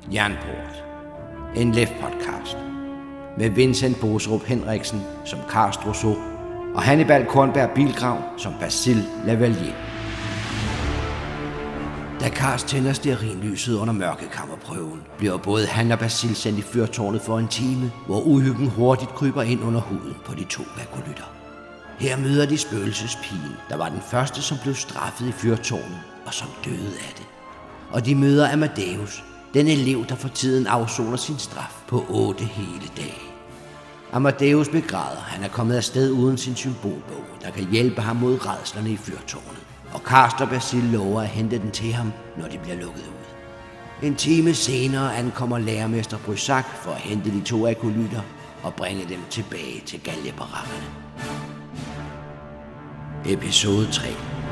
Jernport. En LEF-podcast. Med Vincent Boserup Henriksen som Karst Rousseau og Hannibal Kornberg Bilgrav som Basil Lavalier. Da Karst tænder stearinlyset under mørkekammerprøven, bliver både han og Basil sendt i fyrtårnet for en time, hvor uhyggen hurtigt kryber ind under huden på de to akolytter. Her møder de spøgelsespigen, der var den første, som blev straffet i fyrtårnet og som døde af det. Og de møder Amadeus, den elev, der for tiden afsoner sin straf på 8 hele dage. Amadeus begræder, han er kommet afsted uden sin symbolbog, der kan hjælpe ham mod rædslerne i fyrtårnet. Og Karst og Basil lover at hente den til ham, når de bliver lukket ud. En time senere ankommer lærermester Brysak for at hente de to akolytter og bringe dem tilbage til galgebarakkerne. Episode 3.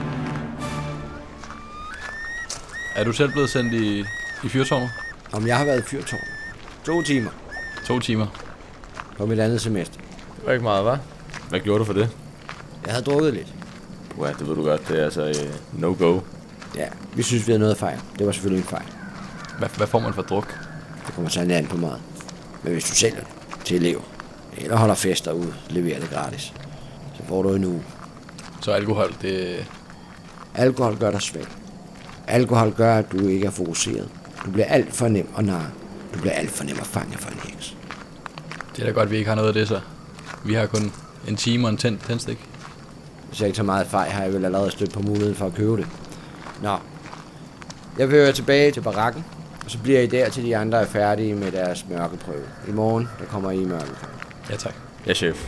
Er du selv blevet sendt i fyrtårnet? Om jeg har været i fyrtårnet? 2 timer. 2 timer? På mit andet semester. Det var ikke meget, hva'? Hvad gjorde du for det? Jeg havde drukket lidt. Ja, det ved du godt. Det er altså no-go. Ja, vi synes, vi havde noget at fejre. Det var selvfølgelig en fejl. Hvad får man for druk? Det kommer sandelig an på meget. Men hvis du sælger det til elever, eller holder fester ud, leverer det gratis, så får du en uge. Så alkohol, det... Alkohol gør dig svag. Alkohol gør, at du ikke er fokuseret. Du bliver alt for nem at narre. Du bliver alt for nem at fange for en heks. Det er da godt, vi ikke har noget af det så. Vi har kun en time og en tændstik. Hvis jeg ikke så meget fejl, har jeg vel allerede stødt på muligheden for at købe det. Nå. Jeg vil høre tilbage til barakken, og så bliver I der, til de andre er færdige med deres mørkeprøve. I morgen, der kommer I i mørkeprøve. Ja, tak. Ja, chef.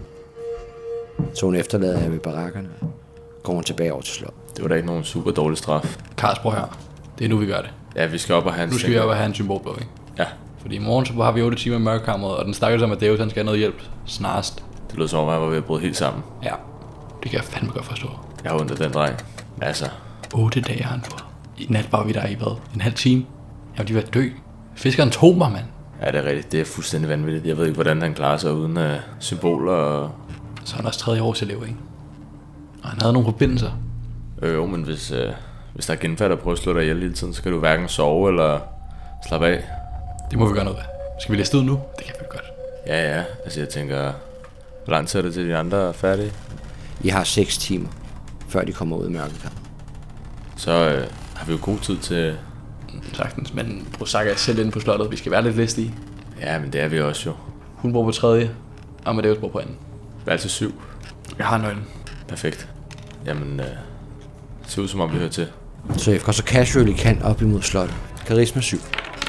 Så hun efterlader jeg ved barakkerne og går tilbage over til slot. Det var da ikke nogen super dårlig straf. Karst, prøv her. Det er nu, vi gør det. Ja, vi skal op og have en... Nu skal vi op og have en symbolbog, ikke? Ja. Fordi i morgen så har vi 8 timer i mørkekammeret, og den stakkels Amadeus, han skal have noget hjælp snarest. Det lød som om, jeg var ved at bryde helt sammen. Ja, det kan jeg fandme godt forstå. Jeg har ondt af den dreng. Altså... 8 dage har han fået. I nat var vi der i hvad? En halv time? Jamen, de var dø. Fiskeren tog mig, mand. Ja, det er rigtigt. Det er fuldstændig vanvittigt. Jeg ved ikke, hvordan han klarer sig uden symboler og... Så er han også 3. års elev, ikke? Og han havde nogle forbindelser. Jo, men hvis der er genfærd, der prøver at slå dig ihjel hele tiden, så kan du hverken sove eller slappe af. Det må vi gøre noget af. Skal vi læse ud nu? Det kan vi godt. Ja. Altså, jeg tænker... Hvor lang tid er det til de andre er færdige? I har 6 timer, før de kommer ud i mørkekammer. Så har vi jo god tid til... Sagtens, men Brysak er selv inde på slottet. Vi skal være lidt listige. Ja, men det er vi også jo. Hun bor på 3. og Amadeus bor på 2. Værelse 7. Jeg har nøglen. Perfekt. Jamen, det ser ud som om vi hører til. Så jeg går så casual I kan op imod slottet. Karisma 7.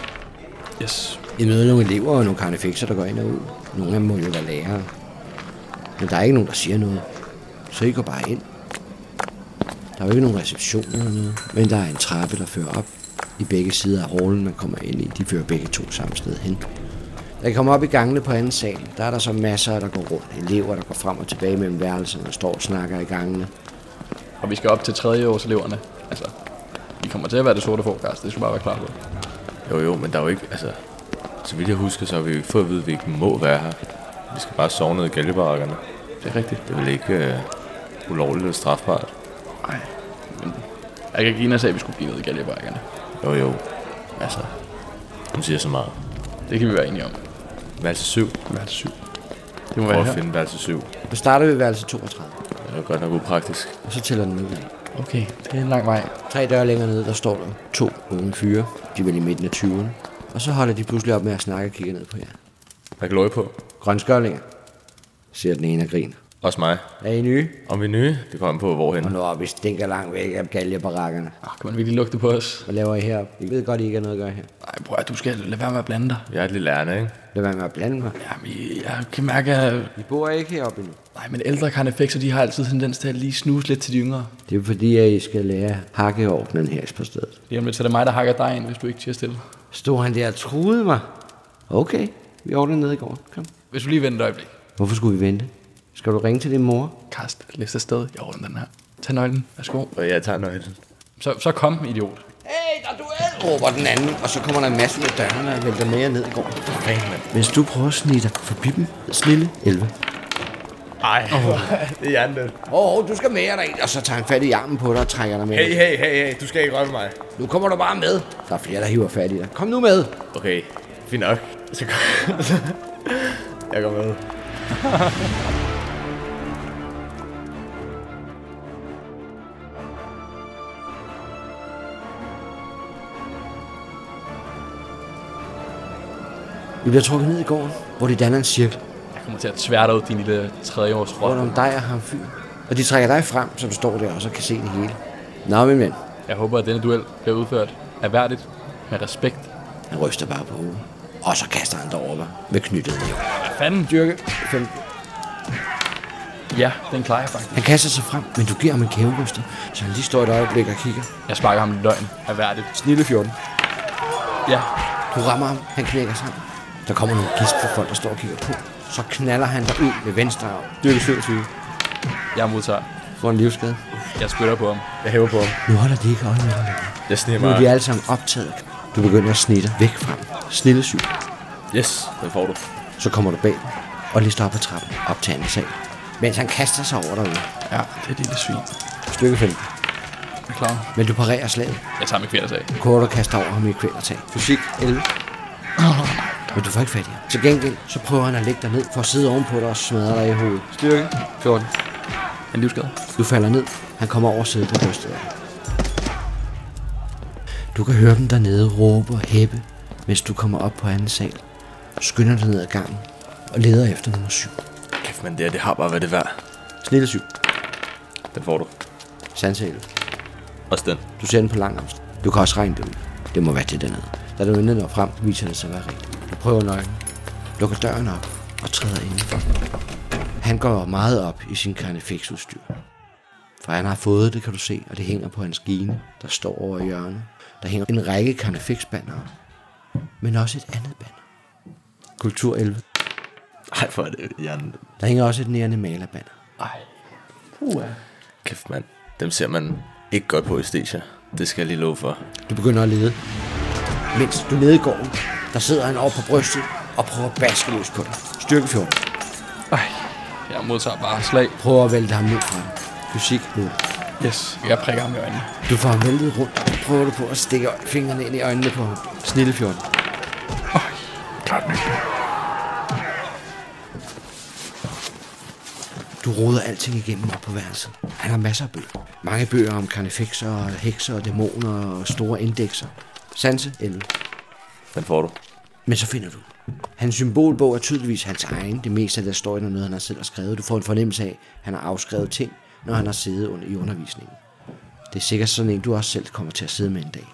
Yes. I møder nogle elever og nogle karnefixer, der går ind og ud. Nogle af dem må jo være lærere. Men der er ikke nogen, der siger noget. Så I går bare ind. Der er jo ikke nogen reception eller noget. Men der er en trappe, der fører op. I begge sider af hallen, man kommer ind i. De fører begge to samme sted hen. Da I kommer op i gangene på anden sal, der er der så masser, der går rundt. Elever, der går frem og tilbage mellem værelserne og står og snakker i gangene. Og vi skal op til 3. års eleverne. Altså, vi kommer til at være det sorte forecast. Det skal bare være klar på. Jo, men der er jo ikke, altså... Så vidt jeg husker, så har vi jo ikke fået at vide, at vi ikke må være her. Vi skal bare sove ned i galgebarakkerne. Det er rigtigt. Det er vel ikke ulovligt eller strafbart? Nej, men jeg kan ikke give at vi skulle blive ned i galgebarakkerne. Jo. Altså, hun siger så meget. Det kan vi være enige om. Værelse 7. Værelse 7. Det må Prøv være at her. finde værelse 7. Så starter vi ved værelse 32. Det er godt nok upraktisk. Og så tæller den ned. Okay, det er en lang vej. 3 døre længere nede, der står der 2 unge fyre. De er vel i midten af 20'erne. Og så holder de pludselig op med at snakke og kigge ned på jer. Hvad kan du på? Grønskørlinger, siger den ene og griner. Også mig. Er I nye? Om vi er nye? Det kommer på hvorhen. Og nu op, vi stinker langt væk af galgebarakkerne. Kan man virkelig lugte på os? Hvad laver I heroppe? I ved godt, I ikke har noget at gøre her. Nej, bror, du skal lade være med at blande dig. Jeg er et lille lærende, ikke? Lad være med at blande mig. Jamen, jeg kan mærke, at... I bor ikke heroppe endnu. Nej, men ældre karnefixer, de har altid tendens til at lige snuse lidt til de yngre. Det er fordi, at I skal lære hakkeordnen her på stedet. Lige om lidt, så er det mig, der hakker dig ind, hvis du ikke siger stille. Stod han der og truede mig? Okay, vi ordnede ned i går. Kom. Hvis du lige venter et øjeblik. Hvorfor skulle vi vente? Skal du ringe til din mor? Karst, læs afsted. Jeg ordner den her. Tag nøglen. Værsgo. Og jeg tager nøglen. Så kom, idiot. Hey, der er duel! Råber den anden, og så kommer der en masse med dørene og vælter med jer ned i går. Hvis du prøver at snige dig forbi dem, snille 11. Ej, det er hjernedødt. Du skal med dig, og så tager han fat i armen på dig og trækker dig med. Hey, du skal ikke røre mig. Nu kommer du bare med. Der er flere, der hiver fat i dig. Kom nu med. Okay, fint nok. Så jeg går med. Vi bliver trukket ned i gården, hvor de danner en cirkel. Jeg kommer til at tværte ud din lille 3-års Rundt rotte. om dig og ham fyr. Og de trækker dig frem, så du står der og så kan se det hele. Nå, min ven. Jeg håber, at denne duel bliver udført erhverdigt, med respekt. Han ryster bare på hovedet. Og så kaster han dig over med knyttet næv. Hvad fanden? Styrke 15. Ja, den klarer jeg faktisk. Han kaster sig frem, men du giver ham en kæveryster, så han lige står et øjeblik og kigger. Jeg sparker ham i løgn erhverdigt. Snille 14. Ja, Du rammer ham, han knækker sammen. Der kommer nogle gisp for folk, der står og kigger på. Så knaller han dig ud med venstre arm. Styrke 27. jeg modtager. Får en livsskade. Jeg spytter på ham. Jeg hæver på ham. Nu holder de ikke øje med dig længere. Jeg sniger Nu er mig. de alle sammen optaget. Du begynder at snitte væk fra dem. Snille 7. Yes, den får du. Så kommer du bag dem og lister op ad trappen op til anden sal. Mens han kaster sig over derude. Ja, det er det lille svin. Styrke 15. Er klar? Men du parerer slaget. Jeg tager mit kvælertag. Korter kaster over ham i et kvælertag. Fysik 11. Men du får ikke fat i ham. Til gengæld så prøver han at lægge dig ned for at sidde ovenpå dig og smadre dig i hovedet. Styrke 14. En livsskade. Du falder ned. Han kommer over og sidder på brystet af dig. Du kan høre dem dernede råbe og hæppe, mens du kommer op på anden sal. Skynder dig ned ad gangen og leder efter nummer 7. Kæft, men det har bare været det værd. Snille 7. Den får du. Sanse 11. Også den. Du ser den på lang afstand. Du kan også regne det ud. Det må være det dernede. Da du endelig når frem, viser det sig at være rigtigt. Du prøver nøglen, lukker døren op og træder indenfor. Han går meget op i sin karnefixudstyr. For han har fået det, kan du se, og det hænger på hans gine, der står over i hjørnet. Der hænger en række karnefixbannere, men også et andet banner. Kultur 11. Ej, for det hjernen. Der hænger også et nærende malerbanner. Ej. Kæft, mand. Dem ser man ikke godt på i Stasia. Det skal jeg lige love for. Du begynder at lede. Mens du er nede i gården, der sidder han over på brystet og prøver at baske løs på dig. Styrke 14. Ej. Jeg modtager bare slag. Prøver at vælte ham ned fra dig. Fysik 0. Yes. Jeg prikker ham i øjnene. Du får ham væltet rundt, og prøver du på at stikke fingrene ind i øjnene på ham. Snille 14. Klart den. Du roder alting igennem op på værelset. Han har masser af bøger. Mange bøger om karnefixer, hekser og dæmoner og store indekser. Sanse 11. Den får du. Men så finder du. Hans symbolbog er tydeligvis hans egen. Det meste af det står i noget, han har selv har skrevet. Du får en fornemmelse af, at han har afskrevet ting, når han har siddet i undervisningen. Det er sikkert sådan en, du også selv kommer til at sidde med en dag.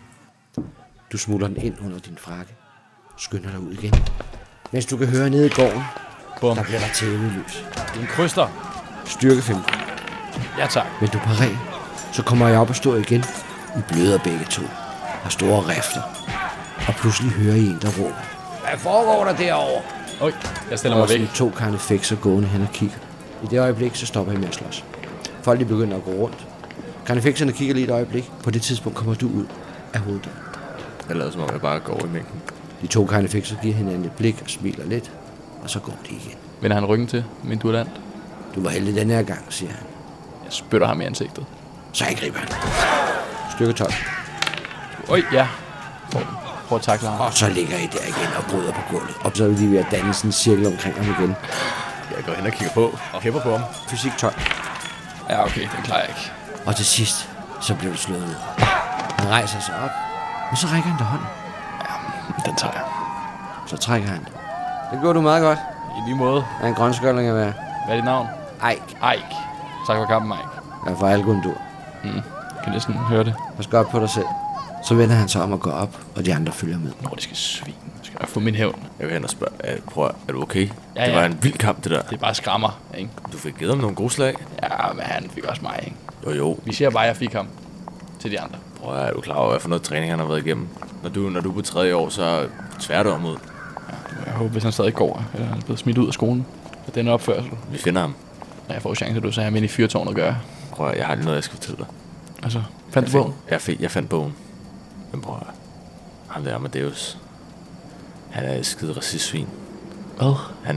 Du smutter den ind under din frakke. Skynder dig ud igen. Mens du kan høre nede i gården, Bum. der bliver der tævet løs. Din kryster. Styrke 15. Ja, tak. Men du parer. Så kommer jeg op og står igen. I bløder begge to. Har store rifter. Og pludselig hører I en, der råber. Hvad foregår der derovre? Oj, jeg stiller Og mig væk. sådan 2 karnefixer gående hen og kigger. I det øjeblik, så stopper I med at slås. Folk de begynder at gå rundt. Karnefixerne kigger lige et øjeblik. På det tidspunkt kommer du ud af hovedet. Jeg lader som om, jeg bare går i mængden. De 2 karnefixer giver hinanden et blik og smiler lidt. Og så går de igen. Vender han ryggen til, min duellant. Du var heldig den her gang, siger han. Jeg spytter ham i ansigtet. Så angriber han. Styrke 12. Oj, ja. Prøv at takle ham. Og så ligger I der igen og bryder på gulvet. Og så er vi lige ved at danne sådan en cirkel omkring ham igen. Jeg går hen og kigger på og hæpper på ham. Fysik 12. Ja, okay, den klarer jeg ikke. Og til sidst, så bliver du slået ned. Han rejser sig op, men så rækker han dig hånden. Den tager jeg. Så trækker han det. Det gjorde du meget godt. I lige måde. Er en grønskåldning at være. Hvad er dit navn? Ej, Eik. Tak for kampen, Eik. jeg er fra Algundur. Jeg kan næsten høre det. Pas godt på dig selv. Så vender han sig om at gå op, og de andre følger med. Nordiske svin. Skal jeg få min hævn? Jeg vil hen og spørge, prøv, er du okay? Ja, Det var ja. en vild kamp, det der. Det er bare skrammer, ikke? Du fik givet ham nogle gode slag. Ja, men han fik også mig, ikke? Jo. Vi siger bare, at jeg fik ham til de andre. Prøv, er du klar over, hvad for noget træning han har været igennem? Når du er på 3. år, så tvær du ham ud. Jeg håber, hvis han stadig går, eller han er blevet smidt ud af skolen. Og den opførsel. Vi finder ham. Når jeg får chance, så er jeg med i fyrtårnet at gøre. Prøv, jeg har lige noget, jeg skal fortælle dig. Altså, fandt du bogen? Jeg fandt bogen. Men prøv, ham der Amadeus. Han er et skide racistsvin. Hvad? Han er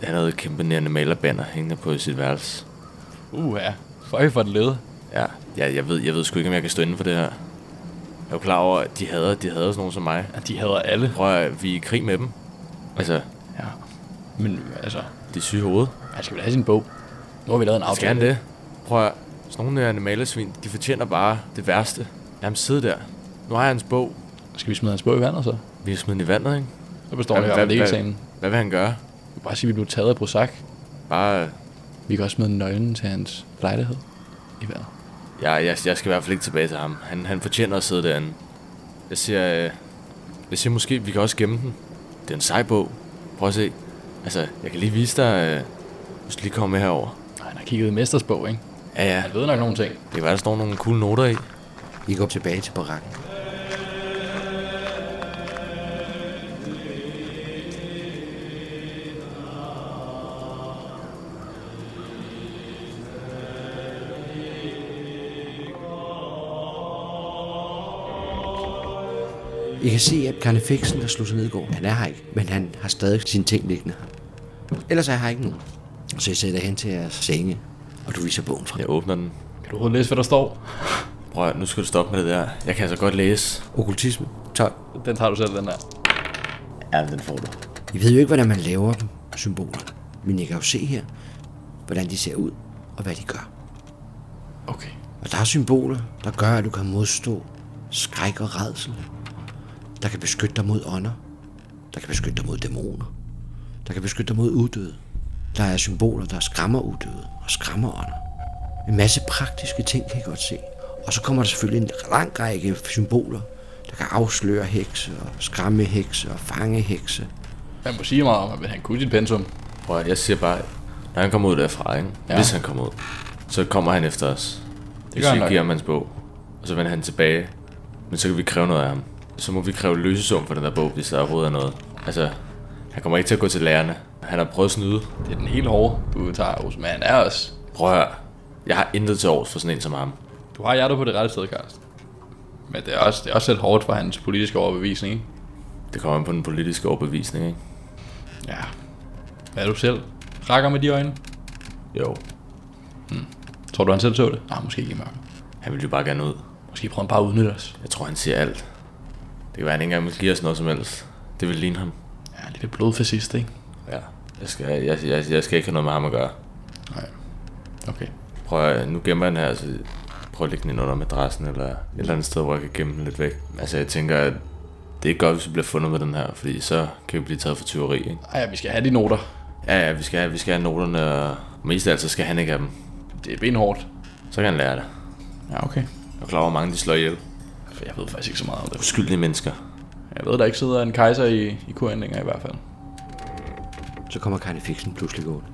Han havde kæmpe malerbander hængende på sit værelse. Ja. Fuck for det lede. Ja, jeg ved sgu ikke, om jeg kan stå inden for det her. Jeg er jo klar over, at de hader sådan nogen som mig. Ja, de hader alle. Prøv at vi er i krig med dem. Altså, Ja. Men altså, de er syge i hovedet. han skal vel have sin bog. Nu har vi lavet en aftale. Skal han det? Prøv at sådan nogle animalesvin, de fortjener bare det værste. Lad ham sidde der. Nu har jeg hans bog. Skal vi smide hans bog i vandet så? Vi har smidt den i vandet, ikke? Så består det jo det eksamen. Hvad vil han gøre? Vi kan bare sige, at vi blev taget af Prozac. Bare... Vi kan også smide nøglen til hans lejlighed i vandet. Jeg skal i hvert fald ikke tilbage til ham. Han fortjener at sidde derinde. Jeg siger måske, vi kan også gemme den. Det er en sej bog. Prøv at se. Altså, jeg kan lige vise dig, hvis du lige kommer med herover. Han har kigget i Mesters bog, ikke? Ja. Han ved nok nogle ting. Det kan være, der står nogle cool noter i. I går tilbage til barakken. I kan se, at Karnefeksen, der slog sig ned i går, han er her ikke, men han har stadig sine ting liggende her. Ellers er her ikke nogen. Så I sætter hen til jeres senge, og du viser bogen frem. Jeg åbner den. Kan du overhovedet læse, hvad der står? Prøv at, nu skal du stoppe med det der. Jeg kan altså godt læse. Okkultisme. 12. Den tager du selv, den der. Ja, den får du. I ved jo ikke, hvordan man laver dem, symboler. Men I kan jo se her, hvordan de ser ud, og hvad de gør. Okay. Og der er symboler, der gør, at du kan modstå skræk og rædsel. Der kan beskytte dig mod ånder. Der kan beskytte dig mod dæmoner. Der kan beskytte dig mod uddøde. Der er symboler, der skræmmer uddøde og skræmmer ånder. En masse praktiske ting kan I godt se. Og så kommer der selvfølgelig en lang række symboler, der kan afsløre hekse og skræmme hekse og fange hekse. Man må sige meget om, at han kunne sit pensum. Prøv at, jeg siger bare, når han kommer ud derfra, ikke? Ja. Hvis han kommer ud, så kommer han efter os. Hvis gør han vi nok. giver ham hans bog, og så vender han tilbage. Men så kan vi kræve noget af ham. Så må vi kræve løsesum for den der bog, hvis der overhovedet er noget. Altså, han kommer ikke til at gå til lærerne. Han har prøvet at snyde. Det er den helt hårde, du tager, men han er også. Prøv at høre. Jeg har intet til års for sådan en som ham. Du har hjertet på det rette sted, Karsten. Men det er også lidt hårdt for hans politiske overbevisning, ikke? Det kommer an på den politiske overbevisning, ikke? Ja. Hvad er du selv? Rakker med de øjne? Jo. Tror du, han selv så det? Nej, måske ikke i mørket. Han vil jo bare gerne ud. Måske prøver han bare at udnytte os. Jeg tror, han siger alt. Det kan være, han ikke engang vil give os noget som helst. Det vil ligne ham. Ja, lidt blodfascist, ikke? Ja. Jeg skal ikke have noget med ham at gøre. Nej. Okay. Prøv at, nu gemmer jeg den her, så prøv at lægge den ind under madrassen, eller et eller andet sted, hvor jeg kan gemme den lidt væk. Altså, jeg tænker, at det er ikke godt, hvis vi bliver fundet med den her, fordi så kan vi blive taget for tyveri, ikke? Ej, ja, vi skal have de noter. Ja, vi skal have noterne, og mest af alt, så skal han ikke have dem. Det er benhårdt. Så kan han lære det. Ja, okay. Jeg er klar over, hvor mange de slår ihjel. For jeg ved faktisk ikke så meget om det. Uskyldige mennesker. Jeg ved, der ikke sidder en kejser i kurændringer i hvert fald. Så kommer Karnefeksen pludselig gående.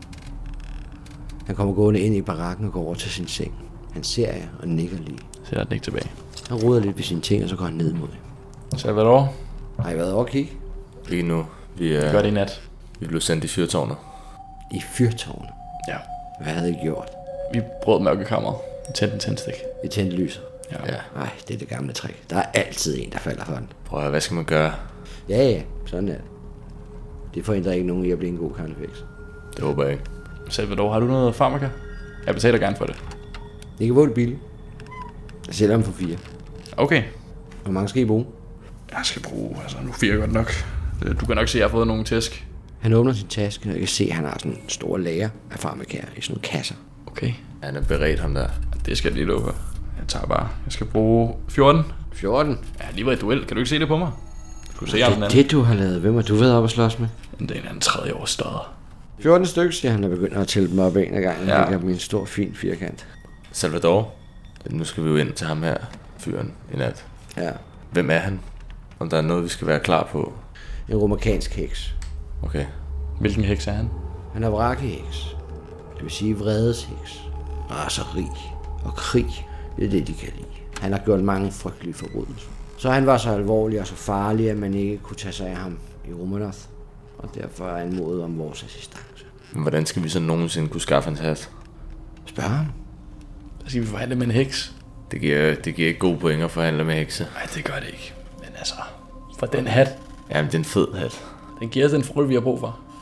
Han kommer gående ind i barakken og går over til sin seng. Han ser jer og nikker lige. Sætter den ikke tilbage. Han roder lidt ved sine ting, og så går han ned mod jer. Salvador, Har I været over at kigge? Lige nu, vi gør det i nat. blev sendt i fyrtårnet. I fyrtårnet. Ja. Hvad havde I gjort? Vi brød mørkekammeret. Tændte en tændstik. I tændte lyset. Ja. Nej, det er det gamle trick. Der er altid en, der falder for den. Prøv at høre, hvad skal man gøre? Ja, sådan er det. Det forhindrer ikke nogen i at blive en god Karnefeks. Det håber jeg ikke. Salvador, har du noget farmaka? Jeg betaler gerne for det. I kan få det billigt. Jeg sælger dem for 4. Okay. Hvor mange skal I bruge? Jeg skal bruge, altså nu 4 godt nok. Du kan nok se, at jeg har fået nogle tæsk. Han åbner sin taske, og jeg kan se, at han har sådan en stor lager af farmakaer i sådan nogle kasser. Okay. Han er beredt, ham der. Det skal jeg lige love for. Jeg tager bare. Jeg skal bruge 14. 14. Jeg har lige været i duel. Kan du ikke se det på mig? Du kan se ham den anden. Det du har lavet. Hvem har du været op at slås med? Det er en anden 3. års stodder. 14 stykker, siger han, og begynder at tælle dem op en af gangen. Ja. Ja. Dem i en stor, fin firkant. Salvador. Nu skal vi jo ind til ham her, fyren, i nat. Ja. Hvem er han? Om der er noget, vi skal være klar på. En romerkansk heks. Okay. Hvilken heks er han? Han er vrakeheks. Det vil sige vredesheks. Raseri og krig. Det er det, de kan lide. Han har gjort mange frygtelige forbrydelser. Så han var så alvorlig og så farlig, at man ikke kunne tage sig af ham i Romanoth. Og derfor er anmodet om vores assistance. Men hvordan skal vi så nogensinde kunne skaffe hans hat? Spørg ham. Der skal vi forhandle med en heks. Det giver ikke gode point at forhandle med hekse. Nej, det gør det ikke. Men altså, for den hat, Jamen, det er en fed hat. den giver os den frø, vi har brug for.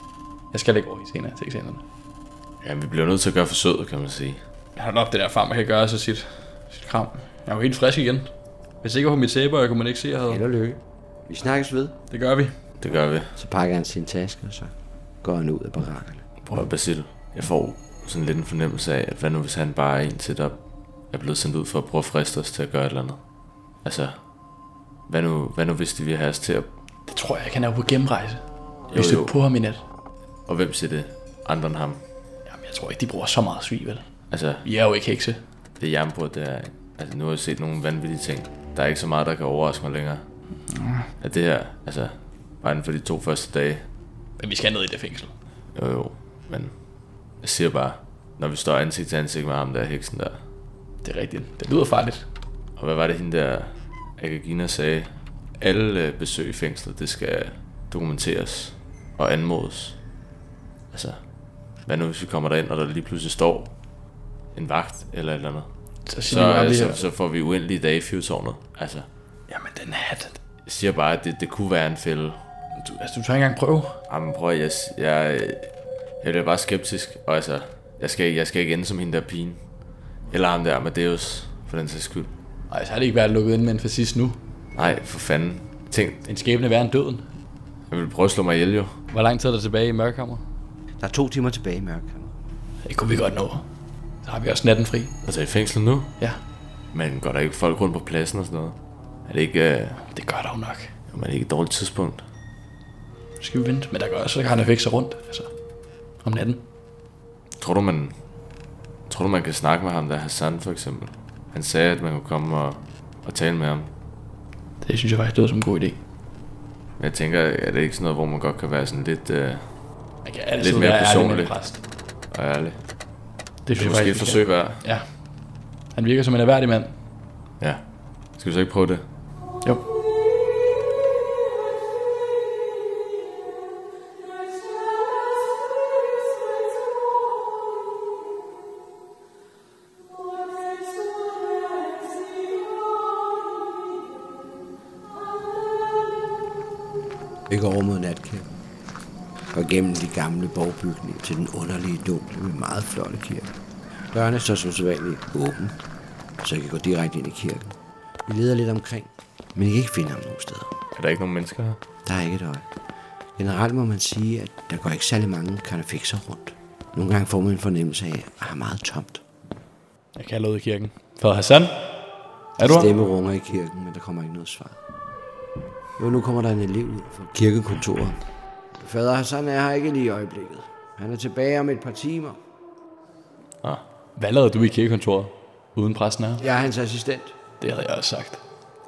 Jeg skal lægge over i senere til eksamenerne. Ja, vi bliver nødt til at gøre forsøget, kan man sige. Jeg har nok det der farm, man kan gøre så sit kram. Jeg er jo helt frisk igen. Hvis ikke på mit sæber, kunne man ikke se, at jeg havde... Held og lykke. Vi snakkes ved. Det gør vi. Det gør vi. Så pakker han sin taske, og så går han ud af barakkerne. Prøv at Basil. Jeg får sådan lidt en fornemmelse af, at hvad nu hvis han bare er en til, der er blevet sendt ud for at prøve at friste os til at gøre et eller andet. Altså, hvad nu hvis de vil have os til at... Det tror jeg, han er jo på gennemrejse. Vi Jo. støtter på ham i nat. Og hvem siger det? Andre end ham. Jamen, jeg tror ikke, de bruger så meget svig, vel? Altså, Vi er jo ikke hekse. det jernbrud, det er... Altså, nu har jeg set nogle vanvittige ting. Der er ikke så meget, der kan overraske mig længere. At det her, altså, bare inden for de 2 første dage. Men vi skal ned i det fængsel. Jo, men jeg siger bare, når vi står ansigt til ansigt med ham der heksen der. Det er rigtigt. Det lyder farligt. Og hvad var det hende der, Agagina sagde? Alle besøg i fængslet, det skal dokumenteres og anmodes. Altså, hvad nu hvis vi kommer derind, og der lige pludselig står en vagt eller et eller andet? Så får vi uendelige dage i fyrtårnet. Altså, Jamen, den hat. jeg siger bare, at det kunne være en fælde. Du tager ikke engang prøve. Jamen prøv at, jeg bliver bare skeptisk. Og altså, jeg skal ikke ende som hende der pigen. Eller ham der Amadeus, for den sags skyld. Nej, så har det ikke været lukket ind med en fascist nu. Nej, for fanden. Tænk, En skæbne værre end døden. jeg vil prøve at slå mig ihjel jo. Hvor lang tid er der tilbage i mørkekammer? Der er 2 timer tilbage i mørket. Det kunne vi godt nå. Så har vi også natten fri. Altså i fængsel nu? Ja, Men går der ikke folk rundt på pladsen og sådan noget? Er det ikke, det gør der jo nok. er det ikke et dårligt tidspunkt? Så skal vi vente. Men der gør så kan han fikse rundt. Altså, om natten. Tror du man kan snakke med ham der Hassan for eksempel? Han sagde at man kunne komme og tale med ham. Det synes jeg faktisk lyder som en god idé. Men jeg tænker, er det ikke sådan noget, hvor man godt kan være sådan lidt Man kan altid Lidt mere være ærlig med personlig. en præst. ærlig? Det Det er måske et forsøg værd. Ja. Han virker som en erhverdig mand. Ja. Skal vi så ikke prøve det? Jo. Vi går over mod natkirken. Går gennem de gamle borgbygninger til den underlige dunkle med meget flotte kirke. Dørene står som sædvanligt åben, så jeg kan gå direkte ind i kirken. Vi leder lidt omkring, men jeg kan ikke finde ham nogen steder. Er der ikke nogen mennesker her? Der er ikke et øje. Generelt må man sige, at der går ikke særlig mange karnefixer rundt. Nogle gange får man en fornemmelse af, at det er meget tomt. Jeg kalder ud i kirken. Fader Hassan? Er du her? Stemme runger i kirken, men der kommer ikke noget svar. Jo, nu kommer der en elev ud fra kirkekontoret. Fader Hassan er her ikke lige i øjeblikket. Han er tilbage om et par timer. Hvad lavede du i kirkekontoret? Uden præsten her? Jeg er hans assistent. Det havde jeg også sagt.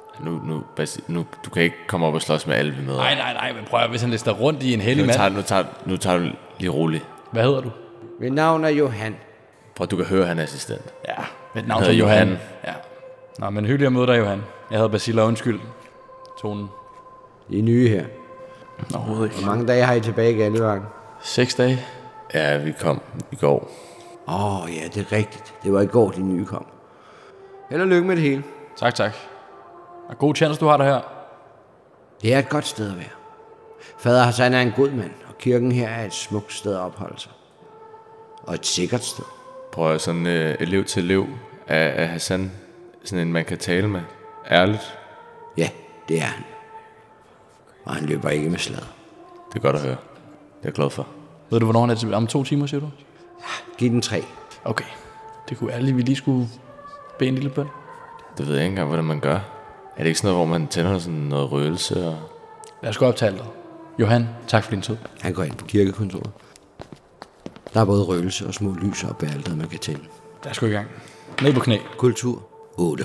Nu, du kan ikke komme op og slås med alle vi møder. Nej, men prøv at, hvis han lister rundt i en hellig mand. Nu tager du lige roligt. Hvad hedder du? Mit navn er Johan. Prøv du kan høre, han er assistent. Ja, mit navn er hedder Johan. Johan. Ja. Nå, men hyggeligt at møde dig, Johan. Jeg hedder Basil, og undskyld. Tonen. I er nye her. Overhovedet ikke. Hvor mange dage har I tilbage i Gallevangen? 6 dage. Ja, vi kom i går. Ja, det er rigtigt. Det var i går, de nye kom. Held og lykke med det hele. Tak. Og god chance, du har der her. Det er et godt sted at være. Fader Hassan er en god mand, og kirken her er et smukt sted at opholde sig. Og et sikkert sted. Prøv at sådan elev til elev af Hassan. Sådan en, man kan tale med. Ærligt. Ja, det er han. Og han løber ikke med sladder. Det er godt at høre. Det er jeg glad for. Ved du, hvornår han er tilbage? Om 2 timer, siger du? Giv den 3. Okay. Det kunne ærligt, vi lige skulle bede en lille bøn. Det ved jeg ikke engang, hvordan man gør. Er det ikke sådan noget, hvor man tænder sådan noget røgelse? Og... Lad os gå op til alteret. Johan, tak for din tid. Han går ind på kirkekontoret. Der er både røgelse og små lys op ved alteret, man kan tænde. Lad os gå i gang. Ned på knæ. Kultur 8.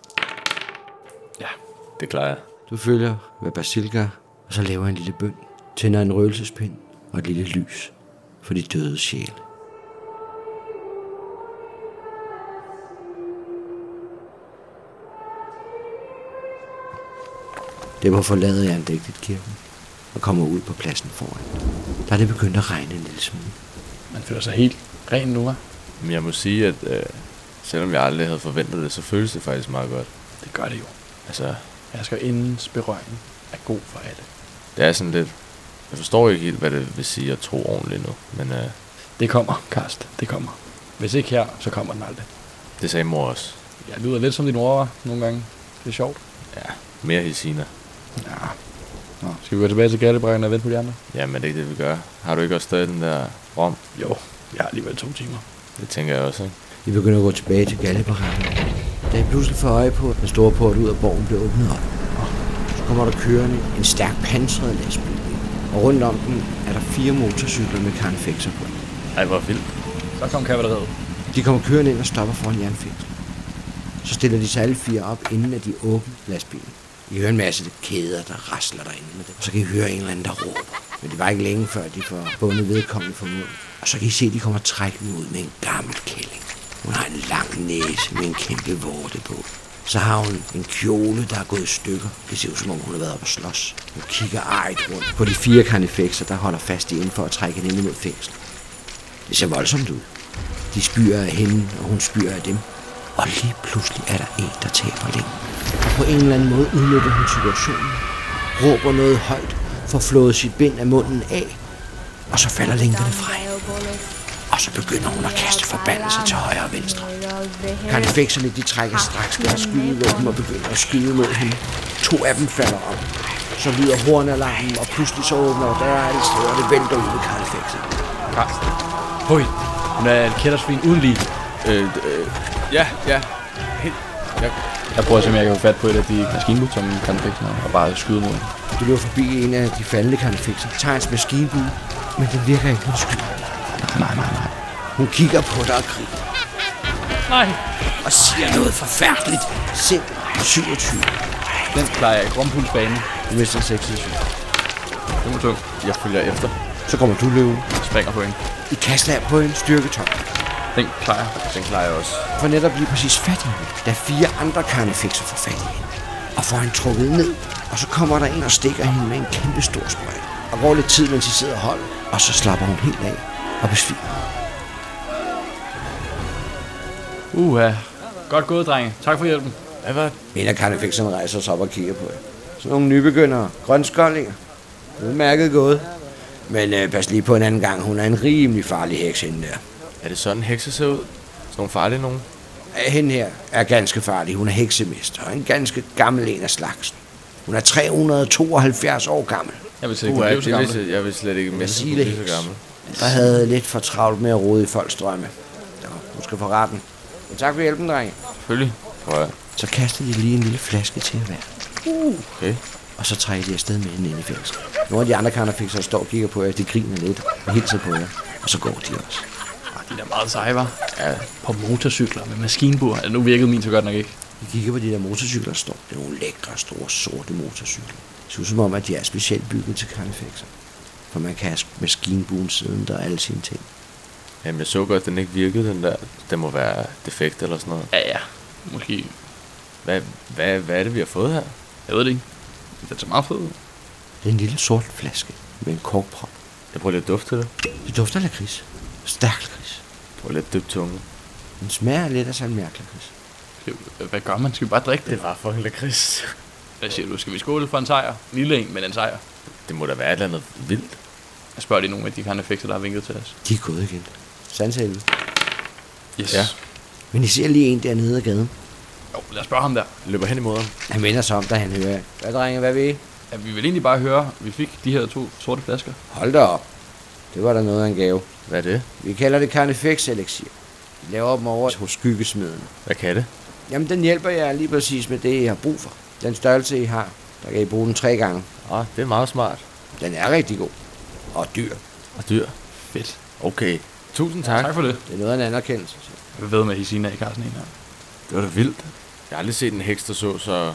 Ja. Det klarer jeg. Du følger, hvad Basil gør, og så laver en lille bøn. Tænder en røgelsespind og et lille lys for de døde sjæle. Det var forladet jeg andægtigt kirken og kommer ud på pladsen foran. Der er det begyndt at regne en lille smule. Man føler sig helt ren nu, hva'? Men jeg må sige, at selvom jeg aldrig havde forventet det, så føles det faktisk meget godt. Det gør det jo. Altså, Jeg skal indens berøring er god for alle. det er sådan lidt Jeg forstår ikke helt, hvad det vil sige at tro ordentligt nu, men Det kommer, Karst. Det kommer. Hvis ikke her, så kommer den aldrig. det sagde mor også. Jeg lyder lidt som din mor var nogle gange. Det er sjovt. Ja, mere Hesina. Ja. Nå, skal vi gå tilbage til Gallebrakken og vente på de andre? Ja, men det er ikke det, vi gør. Har du ikke også stadig den der rom? Jo, jeg har alligevel 2 timer. Det tænker jeg også, ikke? Vi begynder at gå tilbage til Gallebarakken. Da jeg pludselig får øje på, at den store port ud af borgen bliver åbnet op. Så kommer der kørende en stærk pansret lastbil. Og rundt om den er der 4 motorcykler med karnefekser på. Ej, hvor vildt. Så kom kavaleriet. De kommer kørende ind og stopper foran jernfængsel. Så stiller de sig alle 4 op, inden at de åbner lastbilen. I hører en masse kæder, der rasler derinde med det. Og så kan I høre en eller anden, der råber. Men det var ikke længe før, de får bundet vedkommende for munden. Og så kan I se, at de kommer trækkende ud med en gammel kælling. Hun har en lang næse med en kæmpe vorte på. Så har hun en kjole, der er gået i stykker. Det ser ud som om, hun har været oppe at slås. Hun kigger arigt rundt på de 4 karnefekser, der holder fast i inden for at trække hende ind imod fængsel. Det ser voldsomt ud. De spyr af hende, og hun spyr af dem. Og lige pludselig er der en, der taber længe. Og på en eller anden måde udnytter hun situationen. Råber noget højt, får flået sit bind af munden af. Og så falder længderne fra hende. Og så begynder hun at kaste forbandelser til højre og venstre. Karnefekserne, de trækker straks deres skydevåben og begynder at skyde mod hende. 2 af dem falder om. Så lyder hornalarmen, og pludselig så åbner døre alle steder, og det vælter ud med karnefekser. Karst. Høj. Hun er et kældersvin uden lige. Ja. Helt. Jeg prøver at se, om jeg kan få fat på et af de maskinbud, som karnefekserne og bare skyde mod hende. Du løber forbi en af de faldende karnefekser, tager hans maskinbue, men den virker ikke med skyld. Nej. Hun kigger på dig og griner. Nej. Og siger noget forfærdeligt. Simpelt 27. Den klarer jeg i grumpulsbanen. Du mister 26. Det var tungt. Jeg følger efter. Så kommer du løven. Springer på hende. I kaster af på en styrketop. Den klarer jeg. Den klarer jeg også. For netop lige præcis fat i hende, da 4 andre karnefekser får fat i hende. Og får hende trukket ned. Og så kommer der en og stikker hende med en kæmpe stor sprøjte. Og går lidt tid, mens de sidder og holder. Og så slapper hun helt af og besvimer. Godt gået, drenge. Tak for hjælpen. Hvad var det? En af karnefekserne rejser sig op og kigger på jer. Sådan nogle nybegyndere. Grønskåldinger. Udmærket gået. Men pas lige på en anden gang. Hun er en rimelig farlig heks hende der. Er det sådan, hekser ser ud? Sådan nogle farlige nogen? Hende her er ganske farlig. Hun er heksemester og en ganske gammel en af slagsen. Hun er 372 år gammel. Jeg vil ikke blive så gammel. Jeg vil slet ikke miste Sile blive så heks. gammel. Der havde lidt for travlt med at rode i folks drømme. Så hun skal få retten. Men tak for hjælpen, drenge. Selvfølgelig. Prøv at. Så kaster de lige en lille flaske til hver. Okay. Og så trækker de afsted med hende ind i fængsel. Nogle af de andre karnefekser står og kigger på jer. De griner lidt og hilser på jer. Og så går de også. De er meget seje, var. Ja. På motorcykler med maskinbur. Nu virkede min så godt nok ikke. Vi kigger på de der motorcykler, der står. Det er nogle lækre, store, sorte motorcykler. Det ser ud som om, at de er specielt bygget til karnefekser. For man kan have maskinbuen siden der og alle sine ting. Jamen, jeg så godt, at den ikke virkede, den der. Den må være defekt eller sådan noget. Ja. Måske. Hvad er det, vi har fået her? Jeg ved det ikke. Det er så meget fed. Det er en lille sort flaske med en korkprop. Jeg prøver lidt at dufte til det. Det dufter af lakrids. Stærk lakrids. Prøv lidt dybt tunge. Den smager lidt af salmiaklakrids. Hvad gør man? Skal vi bare drikke det? Det var fucking lakrids. Hvad siger du? Skal vi skåle for en sejr? En lille en, men en sejr. Det må da være et eller andet vildt. Jeg spørger lige nogle af de karnefekser, der har vinket til os. De er gået igen. Sandsælge. Yes. Ja. Men I ser lige en dernede ad gaden. Jo, lad os spørge ham der. Løber hen imod ham. Han vender sig om, da han hører. Hvad, drenge, hvad ved I? Ja, vi vil egentlig bare høre, vi fik de her 2 sorte flasker. Hold da op. Det var der noget af en gave. Hvad er det? Vi kalder det karnefeks-elixir. Vi laver dem over hos skyggesmeden. Hvad kan det? Jamen, den hjælper jer lige præcis med det, I har brug for. Den størrelse, I har, der kan I bruge den 3 gange. Det er meget smart. Den er rigtig god. Og dyr. Og dyr. Fedt. Okay. Tusind tak. Tak for det. Det er noget af en anerkendelse. Jeg ved med Hesina i Carsten her. Det var da vildt. Jeg har aldrig set en heks, der så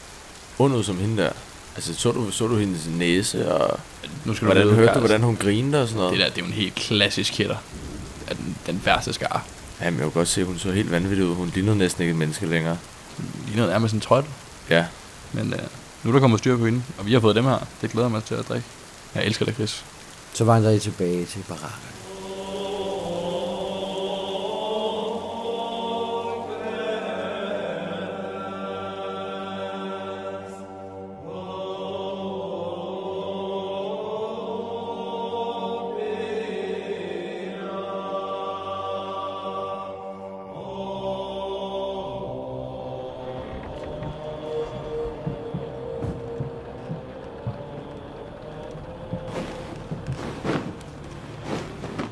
ond ud som hende der. Altså, så du hendes næse, og Nu skal hvordan vide, hørte du, Carsten. hvordan hun grinede og sådan noget? Det der, det er jo en helt klassisk kætter. Af den værste skar. Jamen, jeg kunne godt se, at hun så helt vanvittig ud. Hun lignede næsten ikke et menneske længere. Lignede nærmest en trøjt. Ja. Men nu er der kommer styr på hende, og vi har fået dem her. Det glæder mig til at drikke. Jeg elsker det, Chris. Så vandrer I tilbage til barakken.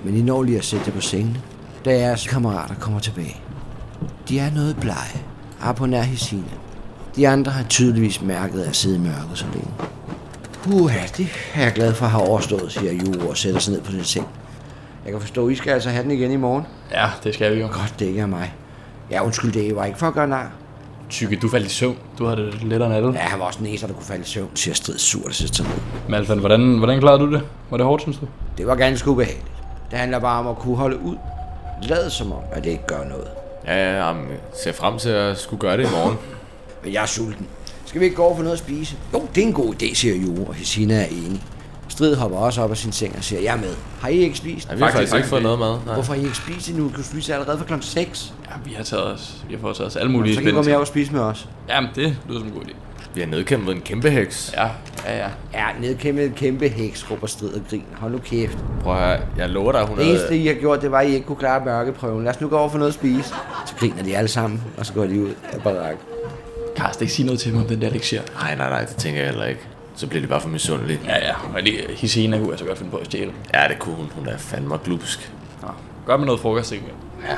men I når lige at sætte jer på sengene, da jeres kammerater kommer tilbage. De er noget blege, på nær Hisine. De andre har tydeligvis mærket at sidde i mørket så længe. Det er jeg glad for at have overstået, siger Jure og sætter sig ned på sin seng. Jeg kan forstå, I skal altså have den igen i morgen. Ja, det skal vi jo. Godt, det ikke er mig. Ja, undskyld, det var ikke for at gøre nar. Tykke, du faldt i søvn. Du havde det lettere end alle. Ja, han var også den eneste, der kunne falde i søvn, siger Strid surt og sætter sig ned. Malfan, hvordan klarede du det? Var det hårdt, synes du? Det var ganske ubehageligt. Det handler bare om at kunne holde ud. Lad som om, at det ikke gør noget. Ja, jeg ser frem til at skulle gøre det i morgen. Men jeg er sulten. Skal vi ikke gå over for noget at spise? Jo, det er en god idé, siger Jure, og Hisina er enig. Strid hopper også op af sin seng og siger, jeg er med. Har I ikke spist? Ja, vi har faktisk ikke fået noget mad. Nej. Hvorfor har I ikke spist endnu? Du kan spise allerede fra klokken 6. Ja, vi har fået os alle mulige Så kan I gå med over og spise med os. Jamen, det lyder som en god idé. Vi har nedkæmpet en kæmpe heks. Ja. Ja, nedkæmpet en kæmpe heks, råber Strid og griner. Hold nu kæft. Prøv at høre, jeg lover dig, hun Det eneste, I har gjort, det var, at I ikke kunne klare mørkeprøven. Lad os nu gå over for noget at spise. Så griner de alle sammen, og så går de ud af barakken. Karsten, ikke sige noget til mig om den der lektier. Nej, det tænker jeg heller ikke. Så bliver det bare for misundeligt. Ja, og Hisina kunne altså godt finde på at stjæle. Ja, det kunne hun. Hun er fandme glupsk. Ja. Gør med noget frokost, ikke? Ja.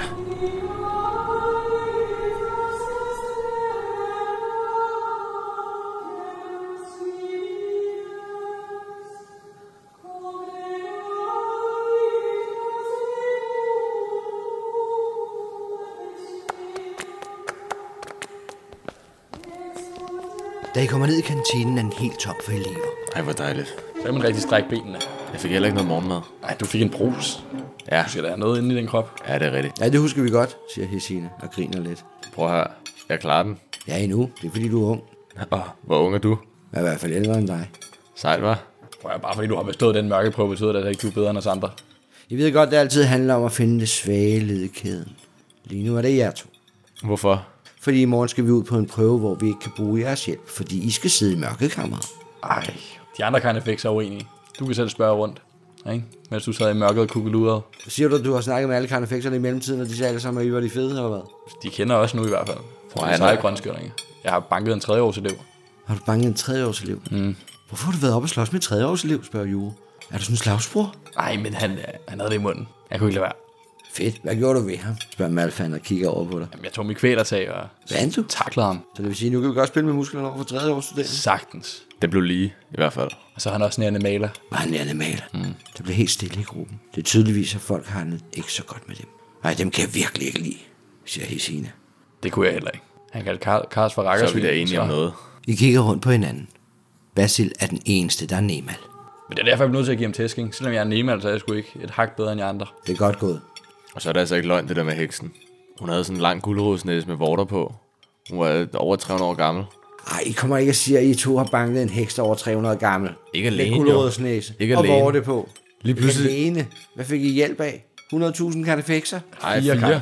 Da I kommer ned i kantinen, er den helt tom for elever. Ej, hvor dejligt. Så kan man rigtig strække benene. Jeg fik heller ikke noget morgenmad. Nej, du fik en brus. Ja. Du skal da have noget inde i den krop. Ja, det er rigtigt. Ja, det husker vi godt, siger Hisine og griner lidt. Prøv her. Jeg klarer den. Ja, endnu. Det er fordi, du er ung. Hvor ung er du? Jeg er i hvert fald ældre end dig. Sejt, hva'? Prøv at bare fordi du har bestået den mørkeprøve, betyder det, at ikke du er bedre end os andre. I ved godt, det altid handler om at finde det svage led i kæden. Lige nu er det jer to. Hvorfor? Fordi i morgen skal vi ud på en prøve, hvor vi ikke kan bruge jeres hjælp, fordi I skal sidde i mørkekammeret. Ej, de andre kan ikke er uenige. Du kan selv spørge rundt, ikke? Mens du sad i mørket og kukkeludret. Siger du, at du har snakket med alle karnefekserne i mellemtiden, og de sagde alle sammen, at I var de fede, eller hvad? De kender også nu i hvert fald. For jeg er grønskøring. Jeg har banket en tredjeårselev. Har du banket en tredjeårselev? Hvorfor har du været op og slås med en tredjeårselev, spørger Jure. Er du sådan en slagsbror? Nej, men han havde det i munden. Jeg kunne ikke lade være. Fedt. Hvad gjorde du ved ham? Spørger Malfan og kigger over på dig. Jamen, jeg tog mit kvælertag og Vandt du? taklede ham. Så det vil sige, nu kan vi godt spille med musklerne over for tredjeårsstudenter. Sagtens. Den blev lige, i hvert fald. Og så er han også nærende maler. Var han nærende maler? Der blev helt stille i gruppen. Det er tydeligvis, at folk har det ikke så godt med dem. Nej, dem kan jeg virkelig ikke lide, siger Hisine. Det kunne jeg heller ikke. Han kaldte Kars for rakker. Så er vi da enige om noget. I kigger rundt på hinanden. Basil er den eneste, der er Nemal. Men det er derfor, jeg bliver nødt til at give ham tæsking. Selvom jeg er Nemal, så er jeg sgu ikke et hak bedre end jer andre. Det er godt gået. Og så er det altså ikke løgn, det der med heksen. Hun havde sådan en lang gulerodsnæse med vorter på. Hun var over 300 år gammel. Ej, I kommer ikke at sige, at I to har banket en heks over 300 år gammel. Ikke alene, med gulerodsnæse. Ikke og alene. vorte på. Lige pludselig. Ikke alene. Hvad fik I hjælp af? 100.000 karnefekser? Ej, 4 4.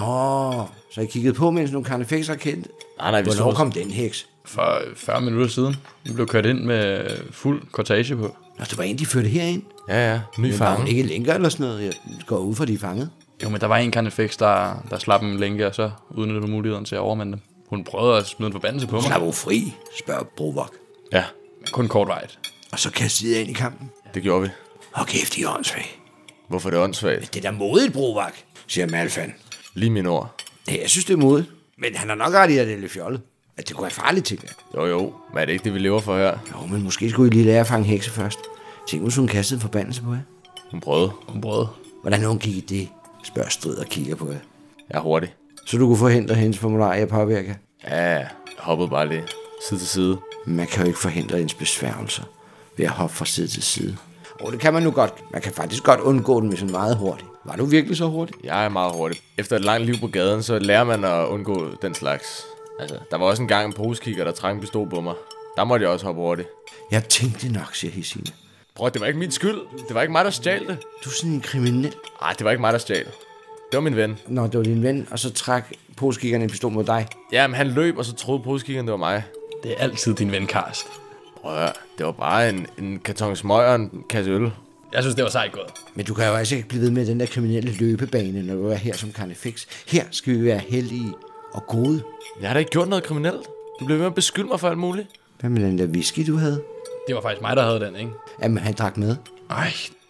Nå, så I kiggede på, mens nogle karnefekser kendte. Nej, vi Hvornår så. kom den heks? For 40 minutter siden. Vi blev kørt ind med fuld kortage på. Nå, det var en, de førte herind. Ja, ny Men var hun fange. ikke lænker eller sådan noget? Jeg går ud for, de er fanget. Jo, men der var en karnefeks, der slap en længe, og så udnyttede muligheden til at overmande dem. Hun prøvede at smide en forbandelse på mig. Slap hun fri, spørger Brovok. Ja, Men kun kortvejt. Og så kastede jeg ind i kampen. det gjorde vi. Og kæft, de er åndssvage. Hvorfor er det åndssvagt? Det er da modigt, Brovok, siger Malfan. Lige mine ord. Ja, jeg synes, det er modigt. Men han har nok ret i, at det er lidt fjollet. At det kunne være farligt, tænker jeg. Jo, men er det ikke det, vi lever for her? Jo, men måske skulle I lige lære at fange hekse først. Tænk, hvis hun kastede en forbandelse på jer. Hun prøvede. Hun brød. Hvordan hun gik i det, spørger Strid og kigger på jer. Jeg er hurtig. Så du kunne forhindre hendes formular i at påvirke. Ja, jeg hoppede bare lige side til side. Men man kan jo ikke forhindre hendes besværgelser ved at hoppe fra side til side. Og det kan man nu godt. Man kan faktisk godt undgå den med sådan meget hurtigt. Var du virkelig så hurtig? Jeg er meget hurtig. Efter et langt liv på gaden, så lærer man at undgå den slags. Altså, der var også en gang en posekigger, der trak en pistol på mig. Der måtte jeg også hoppe hurtigt. Jeg tænkte nok, siger Hisine. Prøv, det var ikke min skyld. Det var ikke mig, der stjal det. Du er sådan en kriminel. Nej, det var ikke mig, der stjal. Det var min ven. Nå, det var din ven, og så trak poskiggeren en pistol mod dig. Ja, men han løb, og så troede posekiggeren, det var mig. Det er altid din ven, Karst. Prøv at høre, det var bare en karton smøg og en kasse øl. Jeg synes, det var sejt gået. Men du kan jo altså ikke blive ved med den der kriminelle løbebane, når du er her som karnefeks. Her skal vi være heldige og gode. Jeg har da ikke gjort noget kriminelt. Du blev ved med at beskylde mig for alt muligt. Hvad med den der whisky, du havde? Det var faktisk mig, der havde den, ikke? Jamen, han drak med. Ej,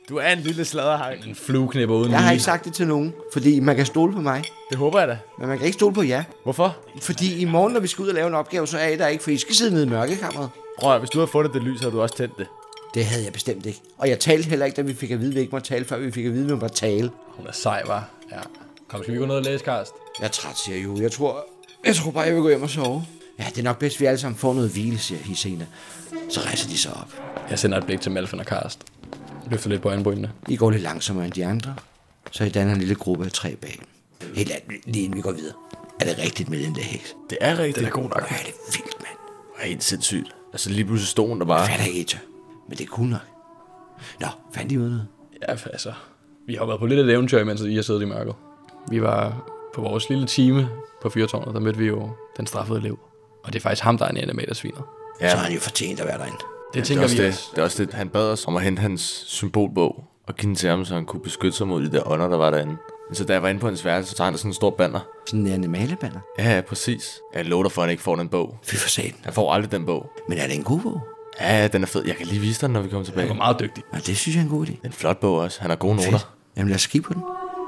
Du er en lille sladderhang. En flueknipper uden Jeg har lige. ikke sagt det til nogen, fordi man kan stole på mig. Det håber jeg da. Men man kan ikke stole på jer. Hvorfor? Fordi i morgen, når vi skal ud og lave en opgave, så er I der ikke, for I skal sidde nede i mørkekammeret. Prøv at, hvis du havde fundet det lys, havde du også tændt det. Det havde jeg bestemt ikke. Og jeg talte heller ikke, da vi fik at vide, at vi ikke måtte tale, før vi fik at vide, at vi måtte tale. Hun er sej, var. Ja. Kom, skal vi gå ned og læse, Karst? Jeg er træt, siger jeg jo. Jeg tror bare, jeg vil gå hjem og sove. Ja, det er nok bedst, vi alle sammen får noget hvile, siger Hisena. Så rejser de sig op. Jeg sender et blik til Malfen og Karst. Løfter lidt på øjenbrynene. I går lidt langsommere end de andre, så I danner en lille gruppe af 3 bag dem. Helt lige inden vi går videre. Er det rigtigt med den der heks? Det er rigtigt. Det er god nok. Hvor er det vildt, mand. Det er helt sindssygt. Altså lige pludselig stod hun der bare. Jeg fatter ikke, Etja. Men det er cool nok. Nå, fandt I ud af noget? Ja, altså. Vi har været på lidt af et eventyr, mens I har siddet i mørket. Vi var på vores lille time på fyrtårnet, der mødte vi jo den straffede elev. Og det er faktisk ham, der er en animatorsviner. Ja. Så har han jo fortjent at være derinde. Det tænker vi også. Det er også det. Han bad os om at hente hans symbolbog og give den til ham, så han kunne beskytte sig mod de der ånder, der var derinde. Men så da jeg var inde på hans værelse, så tager han sådan en stor banner. Sådan en animalebanner. Ja, præcis. Jeg lover dig for, at han ikke får den bog. Fy for satan. Han får aldrig den bog. Men er det en god bog? Ja, den er fed. Jeg kan lige vise dig den, når vi kommer tilbage. Han var meget dygtig. Ja, det synes jeg er en god idé. Det er en flot bog også. Han har gode noter. Jamen lad os kigge på den.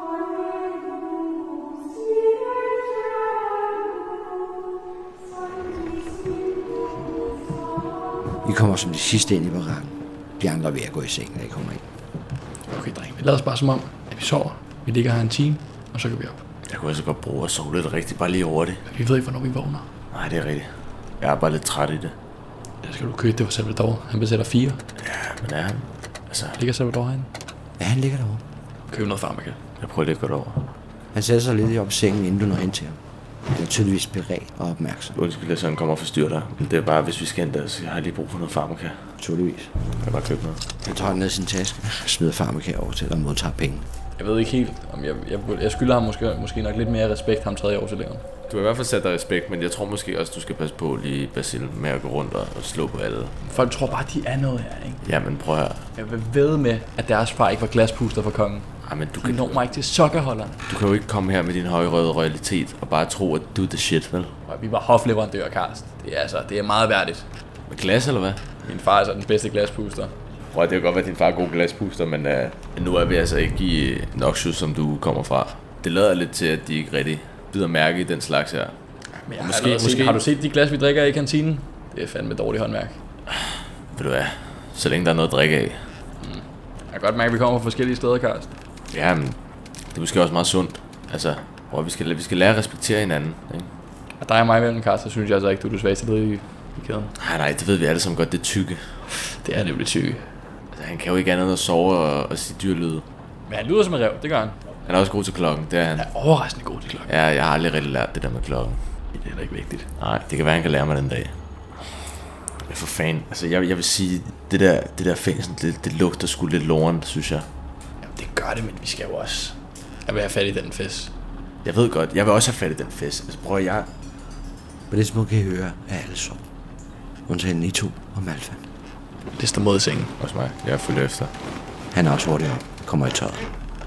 Vi kommer som de sidste ind i barakken. De andre er ved at gå i seng, når I kommer ind. Okay, dreng. Vi lader os bare som om, at vi sover. Vi ligger her en time, og så går vi op. Jeg kunne også godt bruge at sove lidt rigtigt, bare lige over det. Vi ved ikke, hvornår vi vågner. Nej, det er rigtigt. Jeg er bare lidt træt i det. Det skal du købe, det var Salvador. Han besætter 4. Ja, men er han? Altså, Ligger Salvador herinde? Ja, han ligger derovre. Køb noget farmaka. jeg prøver lidt godt over. Han sætter sig lidt op i sengen, inden du når hen til ham. Han er tydeligvis beredt og opmærksom. Undskyld, at sådan kommer og forstyrrer dig. Men det er bare, hvis vi skal hente, så jeg har lige brug for noget farmaka. Tydeligvis. Jeg kan bare købe noget. Han tager den ned i sin taske, smider farmaka over til dig og modtager penge. Jeg ved ikke helt, om jeg skylder ham måske nok lidt mere respekt, ham 3. årseleven. Du har i hvert fald sat dig respekt, men jeg tror måske også, du skal passe på lige, Basil, med at gå rundt og slå på alle. Folk tror bare, de er noget her, ikke? Jamen, prøv her. Jeg vil ved med, at deres far ikke var glaspuster for kongen. Ej, men De når mig ikke til sokkerholderen. du kan jo ikke komme her med din højrøde royalitet og bare tro, at du er the shit, vel? Og vi var hofleverandør, Karst. Det er meget værdigt. Med glas, eller hvad? Min far er så den bedste glaspuster. Prøv, det kan godt være, at din far er god glaspuster, men nu er vi altså ikke i Noxus, som du kommer fra. Det lader lidt til, at de ikke rigtig bider mærke i den slags her. Men Måske- har du set de glas, vi drikker i kantinen? Det er fandme dårligt håndværk. Ved du hvad? Så længe der er noget at drikke af. Jeg kan godt mærke, at vi kommer fra forskellige steder, Karst. Ja, men det er måske også meget sundt. Altså, prøv, vi skal lære at respektere hinanden, ikke? Og dig og mig mellem, Karst, så synes jeg altså ikke, du er det svageste led i kæden. Nej, det ved vi alle sammen godt, det er tykke. Det er nemlig tykke. Altså, han kan jo ikke andet end at sove og sige dyrlyde. Men han lyder som en rev, det gør han. Han er også god til klokken, det er han. Han er overraskende god til klokken. Ja, jeg har aldrig rigtig lært det der med klokken. Det er heller ikke vigtigt. Nej, det kan være, han kan lære mig den dag. Men for fanden, altså jeg vil sige, det der fængsel, det lugter sgu lidt loren, synes jeg. Jamen, det gør det, men vi skal jo også. Jeg vil have fat i den fest. Jeg ved godt, jeg vil også have fat i den fest. Altså prøv at På det små kan I høre, at alle sov. Undtagen I to og Malfan. Det står mod i sengen. Også mig, jeg følger efter. Han er også hurtigt op. Kommer i tøjet.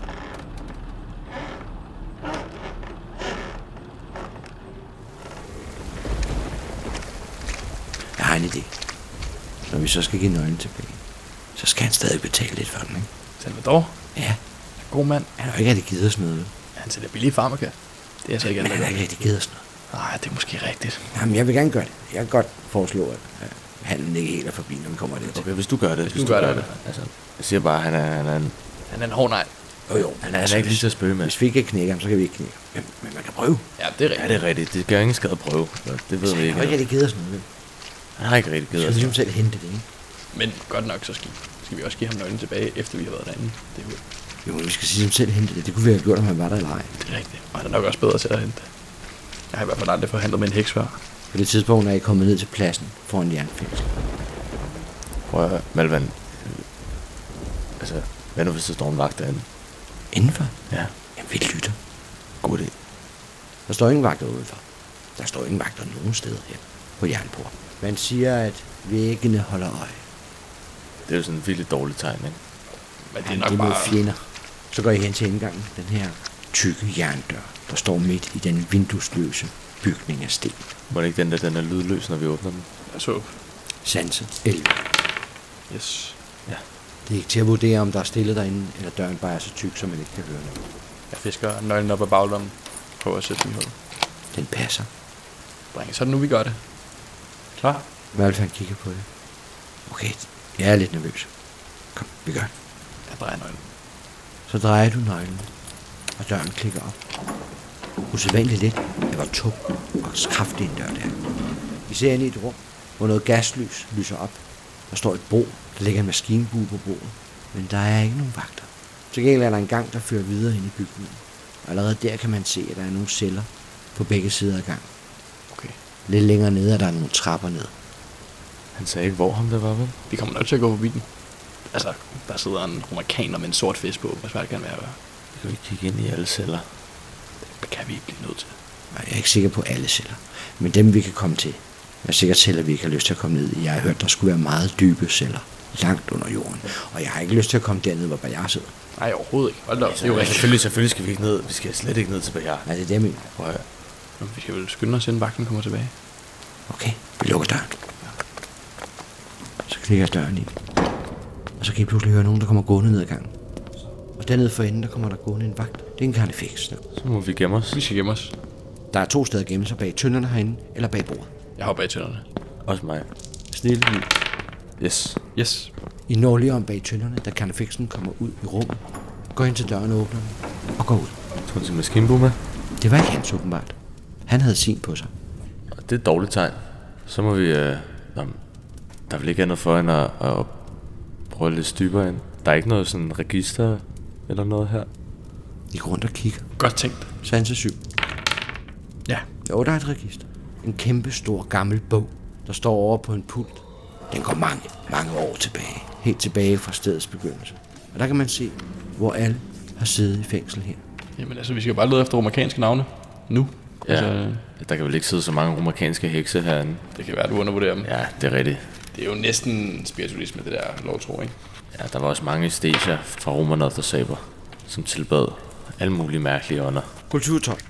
Jeg har en idé. Når vi så skal give nøglen tilbage, så skal han stadig betale lidt for den, ikke? Salvador? Ja, God mand. han har jo ikke rigtig givet os noget. Han sælger billige farmaka. Det er så ikke Men han alt. har ikke rigtig givet os noget. Nej, det er måske rigtigt. Jamen, jeg vil gerne gøre det. Jeg kan godt foreslå, at handlen ikke helt er forbi, når vi kommer dertil. Okay, hvis du gør det. Hvis du gør det. Altså, jeg siger bare, han er Han er en hård nej. Jo, han er ikke lige til at spøge med. Hvis vi ikke kan knække ham, så kan vi ikke knække ham. Men man kan prøve. Ja, det er rigtigt. Ja, det er rigtigt. Det gør ingen skade at prøve. Det ved Så vi han ikke. har ikke rigtig givet os noget. Han har ikke rigtig Så givet skal os. vi ligesom selv hente det, ikke? Men godt nok, så skal vi også give ham nøglen tilbage, efter vi har været derinde. Det er jo Jo, men vi skal ligesom selv hente det. Det kunne vi have gjort, om han var der eller ej. det er rigtigt. Og han er nok også bedre til at hente. Jeg har i hvert fald aldrig forhandlet med en heks før. På det tidspunkt er I kommet ned til pladsen foran jernfængsel. Prøv at høre, Malvan. Altså, hvad nu hvis der står en vagt derinde? Indenfor? Ja, Jamen, vi lytter. god idé. Der står ingen vagter udenfor. Der står ingen vagter nogen steder her på jernport. Man siger, at væggene holder øje. Det er jo sådan en virkelig dårlig tegn, ikke? Men det er Han nok er mod bare... fjender. Så går I hen til indgangen. Den her tykke jerndør, der står midt i den vinduesløse bygning af sten. Må det ikke den er lydløs, når vi åbner den? Så. Sanse 11. Yes. Ja. Det er ikke til at vurdere, om der er stille derinde, eller døren bare er så tyk, så man ikke kan høre noget. Jeg fisker nøglen op af baglommen. Prøver at sætte den i hullet. Den passer. Drenge, så er det nu, vi gør det. Klar? Malf han kigger på det. Okay, jeg er lidt nervøs. Kom, vi gør det. Jeg drejer nøglen. Så drejer du nøglen, og døren klikker op. Usædvanligt let. Det var tung og kraftig en dør der. Vi ser ind i et rum, hvor noget gaslys lyser op. Der står et bro. Der ligger en maskinbue på broen. Men der er ikke nogen vagter. Til gengæld er der en gang, der fører videre ind i bygningen. Og allerede der kan man se, at der er nogle celler på begge sider af gangen. Okay. Lidt længere nede er der nogle trapper ned. Han sagde ikke, hvor ham der var, vel? Vi kommer nok til at gå forbi den. Altså, der sidder en amerikaner med en sort fisk på, hvad det kan være. Vi kan ikke kigge ind i alle celler. Det kan vi ikke blive nødt til. Jeg er ikke sikker på alle celler. Men dem vi kan komme til. Jeg er sikkert celler, vi ikke har lyst til at komme ned i. Jeg har hørt, der skulle være meget dybe celler. Langt under jorden. Og jeg har ikke lyst til at komme derned, hvor jeg sidder. Nej, overhovedet ikke. Hold da op. Det er jo selvfølgelig skal vi ikke ned. Vi skal slet ikke ned til Bajar. Nej, det er det, jeg mener. Prøv at høre. Vi skal vel skynde os, inden vagten kommer tilbage. Okay, vi lukker døren. Så klikker døren i. Og så kan I pludselig høre nogen, der kommer gående ned ad gangen. Og dernede for enden, der kommer der gående en vagt. Det er en karnefix. Så må vi gemme os. Vi skal gemme os. Der er 2 steder at gemme sig, bag tønderne herinde, eller bag bordet. Jeg hopper bag tønderne. Også mig. Snille lyd. Yes. Yes. I når lige om bag tønderne, da karnefixen kommer ud i rummet. Går ind til døren og åbner den, og går ud. Tog til maskinbue med. Det var ikke hans åbenbart. Han havde sin på sig. Og det er et dårligt tegn. Så må vi... der vil ikke andet for end at prøve lidt dybere ind. Der er ikke noget sådan register eller noget her. I går rundt og kigger. Godt tænkt. Sanse 7. Ja. Jo, der er et register. En kæmpe stor gammel bog, der står over på en pult. Den går mange, mange år tilbage. Helt tilbage fra stedets begyndelse. Og der kan man se, hvor alle har siddet i fængsel her. Jamen altså, vi skal bare lede efter amerikanske navne. Nu. Ja, Altså, der kan vel ikke sidde så mange amerikanske hekse herinde. det kan være, at du undervurderer dem. Ja, det er rigtigt. Det er jo næsten spiritualisme, det der lovtro, ikke? Ja, der var også mange stasier fra Romanoth og Saber, som tilbad alle mulige mærkelige ånder. Kultur 12.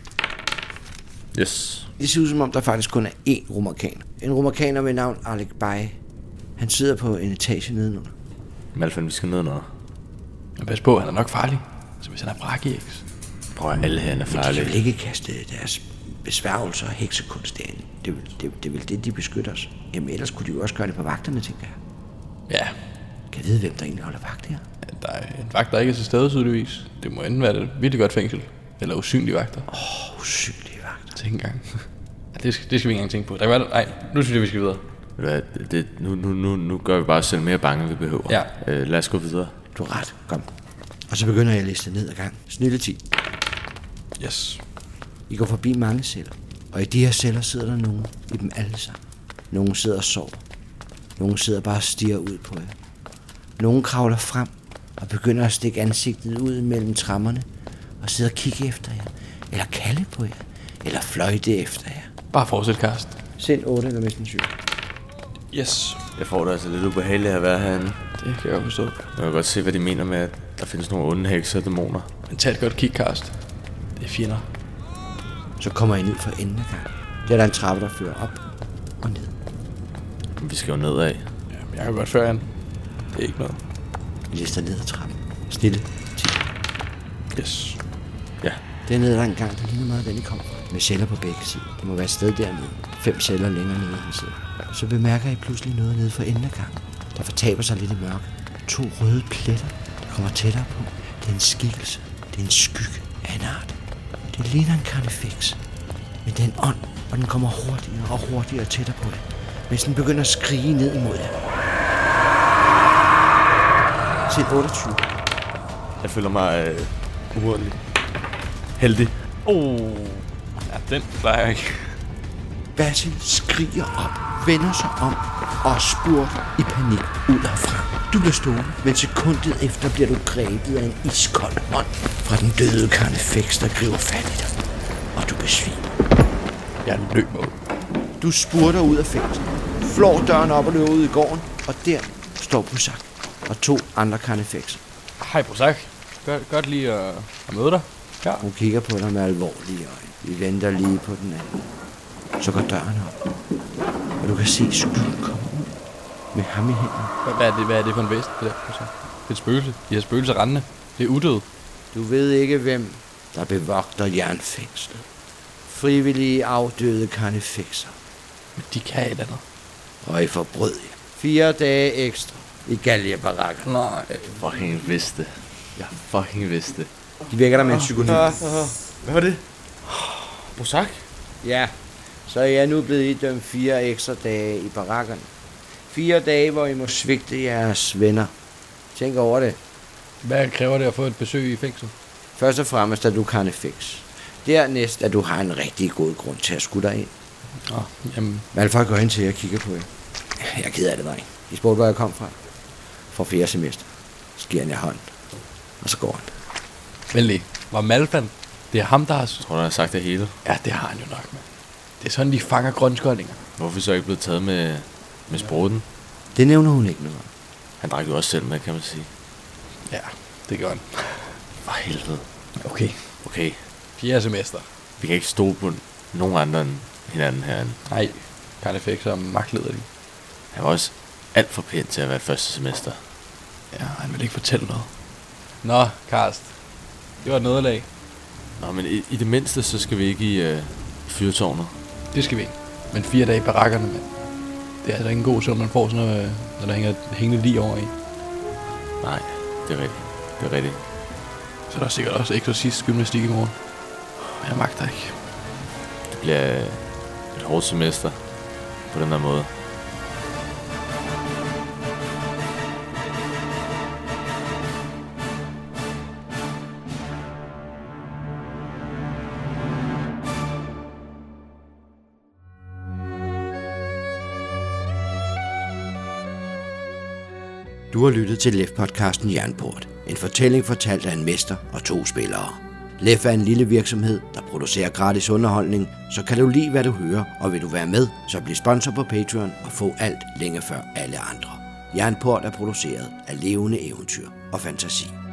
Yes. Det ser ud som om, der faktisk kun er én romarkaner. En romarkaner ved navn Alec Bay. Han sidder på en etage nedenunder. Malfan, vi skal nedenunder. Men pas på, han er nok farlig. Så hvis han er brakieks. Prøv at alle herinde er Men de kan farlige. vel ikke kaste deres besværgelser og heksekunst derinde. Det er vel det, de beskytter os. Jamen ellers kunne de jo også gøre det på vagterne, tænker jeg. Ja, Kan jeg vide, hvem der egentlig holder vagt her? der er en vagt, der ikke er til stede, tydeligvis. Det må enten være et virkelig godt fængsel. Eller usynlige vagter. Usynlige vagter. Tænk engang. Ja, det skal vi ikke engang tænke på. Der kan være... Nej, nu synes jeg, vi skal videre. Ved du hvad, nu gør vi bare os selv mere bange, end vi behøver. Ja. Lad os gå videre. Du har ret. Kom. Og så begynder jeg at liste ned ad gang. Snille 10. Yes. I går forbi mange celler. Og i de her celler sidder der nogen. I dem alle sammen. Nogle sidder og sover. Nogle sidder bare og stirrer ud på jer. Nogle kravler frem og begynder at stikke ansigtet ud mellem trammerne og sidder og kigge efter jer. Eller kalde på jer. Eller fløjte efter jer. Bare fortsæt, Karst. Send 8 eller næsten 7. Yes. Jeg får det altså lidt ubehageligt at være herinde. Det kan jeg godt forstå. Jeg kan godt se, hvad de mener med, at der findes nogle onde hekser og dæmoner. Men tag et godt kig, Karst. Det er fjender. Så kommer I ned for enden af gangen. Der er der en trappe, der fører op og ned. Vi skal jo nedad. Ja, men jeg kan godt føre an. Det er ikke noget. I lister ned ad trappen. Snille 10. Yes. Ja. Dernede er der en gang, der ligner meget, den I kom fra. Med celler på begge sider. Det må være et sted dernede. 5 celler længere nede den side. Så bemærker I pludselig noget nede for enden af gangen. Der fortaber sig lidt i mørke. 2 røde pletter, der kommer tættere på. Det er en skikkelse. Det er en skygge af en art. Det ligner en karnefix. Men det er en ånd, og den kommer hurtigere og hurtigere tættere på jer. Mens den begynder at skrige ned imod jer. Til 28. Jeg føler mig uordentlig. Heldig. Ja, den plejer jeg ikke. Basil skriger op, vender sig om og spurter i panik ud herfra. Du bliver stående, men sekundet efter bliver du grebet af en iskold hånd fra den døde karnefix, der griber fat i dig. Og du besvimer. Jeg løber ud. Du spurter ud af fængslet, flår døren op og løber ud i gården, og der står Busak og 2 andre karnefixer. Hej, Busak. Godt lige at møde dig. Ja. Hun kigger på dig med alvorlige øjne. Vi venter lige på den anden. Så går døren op, og du kan se skyggen komme ud med ham i hænden. Hvad er det for en væsen, det der, Busak? Det er et spøgelse. De har spøgelser rendende. Det er udød. Du ved ikke, hvem der bevogter jernfængslet. Frivillige afdøde karnefekser. Men de kan et eller andet. Og I forbrød jer. 4 dage ekstra i Galje-barakken. Nej. Jeg fucking vidste. De vækker dig med en psykologi. Hvad var det? Bosak? Ja, så er jeg nu blevet idømt 4 ekstra dage i barakkerne. 4 dage, hvor I må svigte jeres venner. Tænk over det. Hvad kræver det at få et besøg i fængsel? Først og fremmest, at du kan fix. Dernæst, at du har en rigtig god grund til at skudde dig ind. Jamen, Malfoy går ind til jer og kigger på jer. Jeg er ked af det, dreng. I spurgte, hvor jeg kom fra. For 4. semester. Så giver han jer hånden. Og så går han. vent lige. Var Malfan? Det er ham, der har... Tror du, han har sagt det hele? Ja, det har han jo nok med. Det er sådan, de fanger grønskåldinger. Hvorfor er vi så ikke blevet taget med spruten? Det nævner hun ikke noget om. Han drak jo også selv med, kan man sige. Ja, det gør han. For helvede. Okay, 4. semester. vi kan ikke stole på nogen andre end hinanden herinde. Nej, karnefekser og magtleder de. Han var også alt for pænt til at være 1. semester. Ja, han vil ikke fortælle noget. Nå, Karst. Det var et nederlag. Nå, men i det mindste, så skal vi ikke i fyrtårnet. Det skal vi ikke. Men 4 dage i barakkerne, mand. Det er altså ikke en god sum, man får sådan noget, når der hænger lige over i. Nej, det er rigtigt. Så er der sikkert også eksorcist gymnastik i morgen. Jeg magter ikke. Det bliver et hårdt semester på den her måde. Du har lyttet til Lef-podcasten Jernport. En fortælling fortalt af en mester og 2 spillere. Lef er en lille virksomhed, der producerer gratis underholdning, så kan du lide, hvad du hører, og vil du være med, så bliv sponsor på Patreon og få alt længe før alle andre. Jernport er produceret af levende eventyr og fantasi.